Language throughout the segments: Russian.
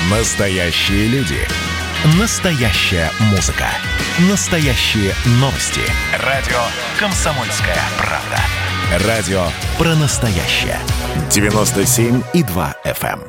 Настоящие люди. Настоящая музыка. Настоящие новости. Радио «Комсомольская правда». Радио про настоящее. 97,2 FM.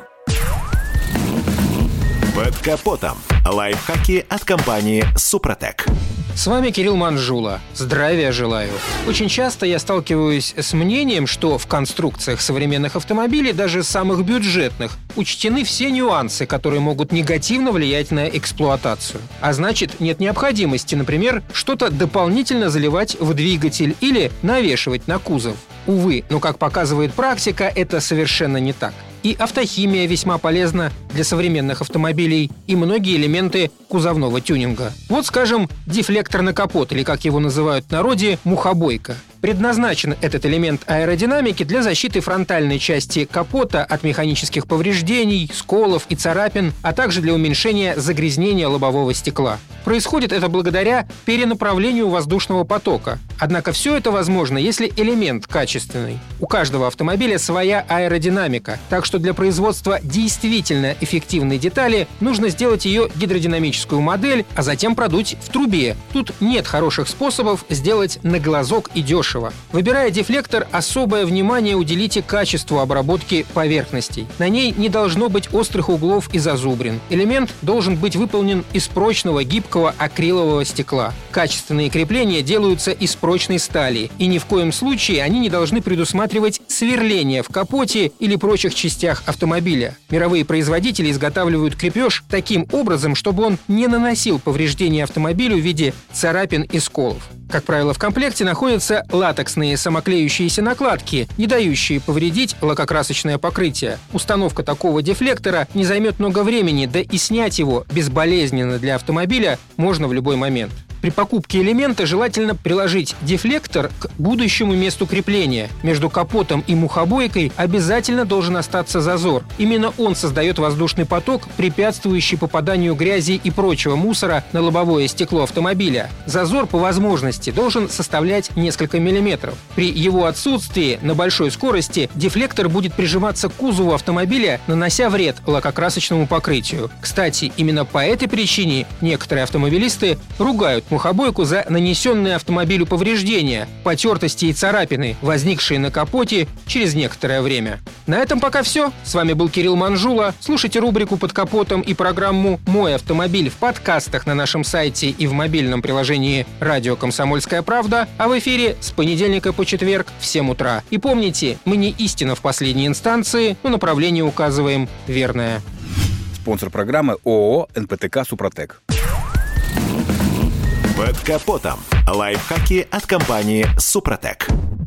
Под капотом. Лайфхаки от компании «Супротек». С вами Кирилл Манжула. Здравия желаю. Очень часто я сталкиваюсь с мнением, что в конструкциях современных автомобилей, даже самых бюджетных, учтены все нюансы, которые могут негативно влиять на эксплуатацию. А значит, нет необходимости, например, что-то дополнительно заливать в двигатель или навешивать на кузов. Увы, но как показывает практика, это совершенно не так. И автохимия весьма полезна для современных автомобилей, и многие элементы кузовного тюнинга. Вот, скажем, дефлектор на капот, или, как его называют в народе, мухобойка. Предназначен этот элемент аэродинамики для защиты фронтальной части капота от механических повреждений, сколов и царапин, а также для уменьшения загрязнения лобового стекла. Происходит это благодаря перенаправлению воздушного потока. Однако все это возможно, если элемент качественный. У каждого автомобиля своя аэродинамика, так что для производства действительно эффективной детали нужно сделать ее гидродинамическую модель, а затем продуть в трубе. Тут нет хороших способов сделать на глазок и дешево. Выбирая дефлектор, особое внимание уделите качеству обработки поверхностей. На ней не должно быть острых углов и зазубрин. Элемент должен быть выполнен из прочного гибкого акрилового стекла. Качественные крепления делаются из прочной стали, и ни в коем случае они не должны предусматривать сверление в капоте или прочих частях автомобиля. Мировые производители изготавливают крепеж таким образом, чтобы он не наносил повреждения автомобилю в виде царапин и сколов. Как правило, в комплекте находятся латексные самоклеющиеся накладки, не дающие повредить лакокрасочное покрытие. Установка такого дефлектора не займет много времени, да и снять его безболезненно для автомобиля можно в любой момент. При покупке элемента желательно приложить дефлектор к будущему месту крепления. Между капотом и мухобойкой обязательно должен остаться зазор. Именно он создает воздушный поток, препятствующий попаданию грязи и прочего мусора на лобовое стекло автомобиля. Зазор по возможности должен составлять несколько миллиметров. При его отсутствии на большой скорости дефлектор будет прижиматься к кузову автомобиля, нанося вред лакокрасочному покрытию. Кстати, именно по этой причине некоторые автомобилисты ругают мухобойку за нанесенные автомобилю повреждения, потертости и царапины, возникшие на капоте через некоторое время. На этом пока все. С вами был Кирилл Манжула. Слушайте рубрику «Под капотом» и программу «Мой автомобиль» в подкастах на нашем сайте и в мобильном приложении «Радио Комсомольская правда», а в эфире с понедельника по четверг в 7 утра. И помните, мы не истина в последней инстанции, но направление указываем верное. Спонсор программы ООО «НПТК Супротек». Под капотом. Лайфхаки от компании «Супротек».